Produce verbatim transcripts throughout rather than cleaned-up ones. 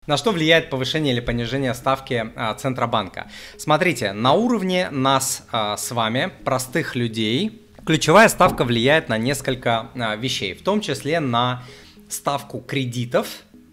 На что влияет повышение или понижение ставки а, Центробанка? Смотрите, на уровне нас а, с вами, простых людей, ключевая ставка влияет на несколько а, вещей, в том числе на ставку кредитов.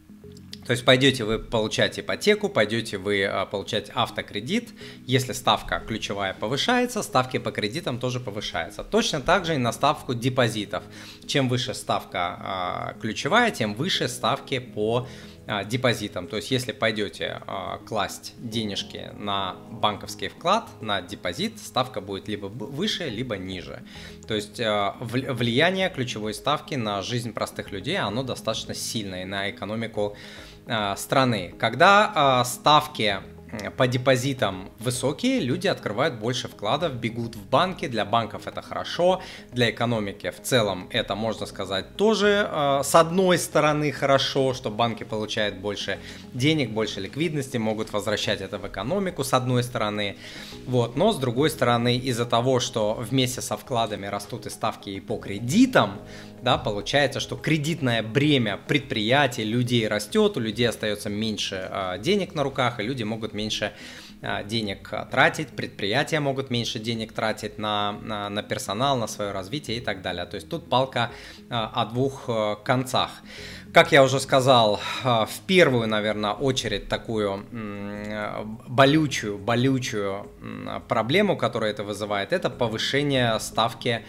То есть пойдете вы получать ипотеку, пойдете вы а, получать автокредит. Если ставка ключевая повышается, ставки по кредитам тоже повышаются. Точно так же и на ставку депозитов. Чем выше ставка а, ключевая, тем выше ставки по а, депозитам. То есть если пойдете а, класть денежки на банковский вклад, на депозит, ставка будет либо выше, либо ниже. То есть а, влияние ключевой ставки на жизнь простых людей, оно достаточно сильное, на экономику страны. Когда э, ставки по депозитам высокие, люди открывают больше вкладов, бегут в банки. Для банков это хорошо, для экономики в целом это, можно сказать, тоже э, с одной стороны хорошо, что банки получают больше денег, больше ликвидности, могут возвращать это в экономику с одной стороны. Вот. Но с другой стороны, из-за того, что вместе со вкладами растут и ставки и по кредитам, да, получается, что кредитное бремя предприятий, людей растет, у людей остается меньше э, денег на руках, и люди могут меньше э, денег тратить, предприятия могут меньше денег тратить на, на, на персонал, на свое развитие и так далее. То есть тут палка э, о двух э, концах. Как я уже сказал, э, в первую, наверное, очередь такую э, болючую, болючую э, проблему, которую это вызывает, это повышение ставки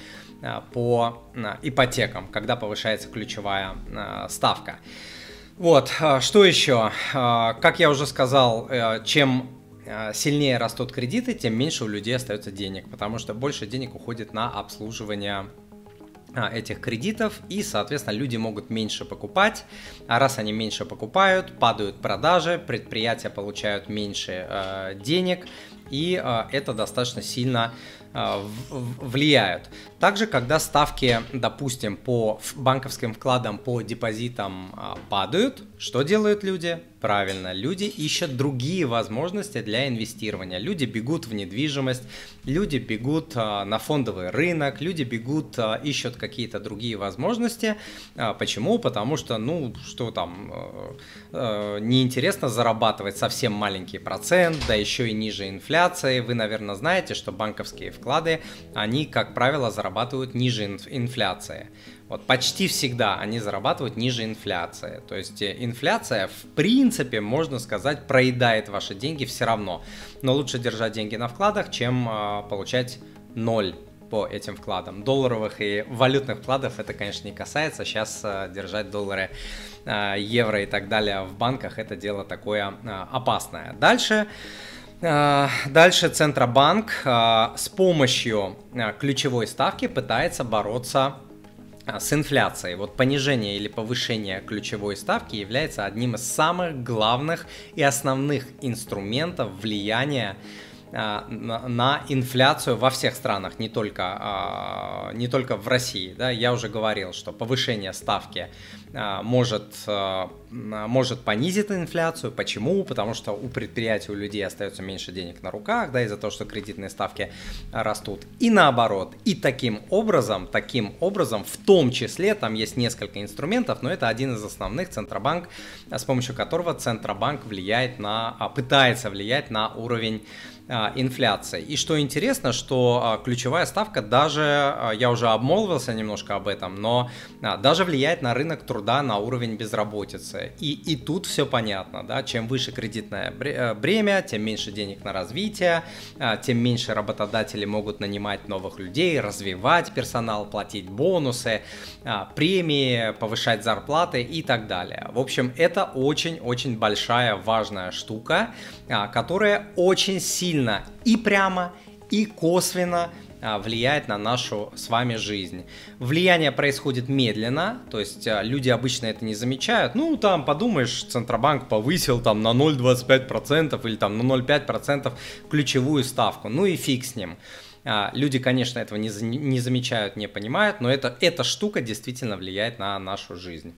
по ипотекам, когда повышается ключевая ставка. Вот, что еще? Как я уже сказал, чем сильнее растут кредиты, тем меньше у людей остается денег, потому что больше денег уходит на обслуживание этих кредитов, и, соответственно, люди могут меньше покупать, а раз они меньше покупают, падают продажи, предприятия получают меньше э, денег, и э, это достаточно сильно э, влияет. Также, когда ставки, допустим, по банковским вкладам, по депозитам э, падают, что делают люди? Правильно, люди ищут другие возможности для инвестирования. Люди бегут в недвижимость, люди бегут э, на фондовый рынок, люди бегут, э, ищут какие-то другие возможности. Э, почему? Потому что, ну, что там, э, э, неинтересно зарабатывать совсем маленький процент, да еще и ниже инфляции. Вы, наверное, знаете, что банковские вклады, они, как правило, зарабатывают ниже инфляции. Вот почти всегда они зарабатывают ниже инфляции. То есть инфляция, в принципе, можно сказать, проедает ваши деньги все равно. Но лучше держать деньги на вкладах, чем э, получать ноль по этим вкладам. Долларовых и валютных вкладов это, конечно, не касается. Сейчас э, держать доллары, э, евро и так далее в банках, это дело такое э, опасное. Дальше... Дальше Центробанк с помощью ключевой ставки пытается бороться с инфляцией. Вот понижение или повышение ключевой ставки является одним из самых главных и основных инструментов влияния на инфляцию во всех странах, не только, не только в России. Да? Я уже говорил, что повышение ставки может, может понизить инфляцию. Почему? Потому что у предприятий, у людей остается меньше денег на руках, да, из-за того, что кредитные ставки растут. И наоборот. И таким образом, таким образом, в том числе, там есть несколько инструментов, но это один из основных, Центробанк, с помощью которого Центробанк влияет на, пытается влиять на уровень инфляции. И что интересно, что ключевая ставка даже, я уже обмолвился немножко об этом, но даже влияет на рынок труда, на уровень безработицы. И, и тут все понятно, да, чем выше кредитное бремя, тем меньше денег на развитие, тем меньше работодатели могут нанимать новых людей, развивать персонал, платить бонусы, премии, повышать зарплаты и так далее. В общем, это очень-очень большая, важная штука, которая очень сильно и прямо, и косвенно влияет на нашу с вами жизнь. Влияние происходит медленно, то есть люди обычно это не замечают. Ну, там, подумаешь, Центробанк повысил там на ноль целых двадцать пять сотых процента или там на ноль целых пять десятых процента ключевую ставку. Ну и фиг с ним. Люди, конечно, этого не, не замечают, не понимают, но это, эта штука действительно влияет на нашу жизнь.